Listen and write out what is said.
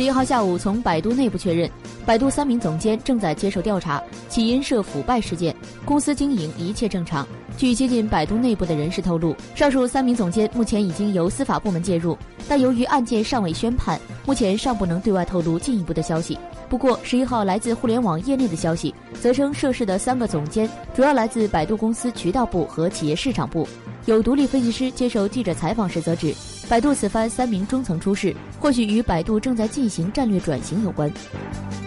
11号下午，从百度内部确认，百度3名总监正在接受调查，起因涉腐败事件，公司经营一切正常。据接近百度内部的人士透露，上述3名总监目前已经由司法部门介入，但由于案件尚未宣判，目前尚不能对外透露进一步的消息。不过11号来自互联网业内的消息则称，涉事的3个总监主要来自百度公司渠道部和企业市场部。有独立分析师接受记者采访时则指，百度此番3名中层出事，或许与百度正在进行战略转型有关。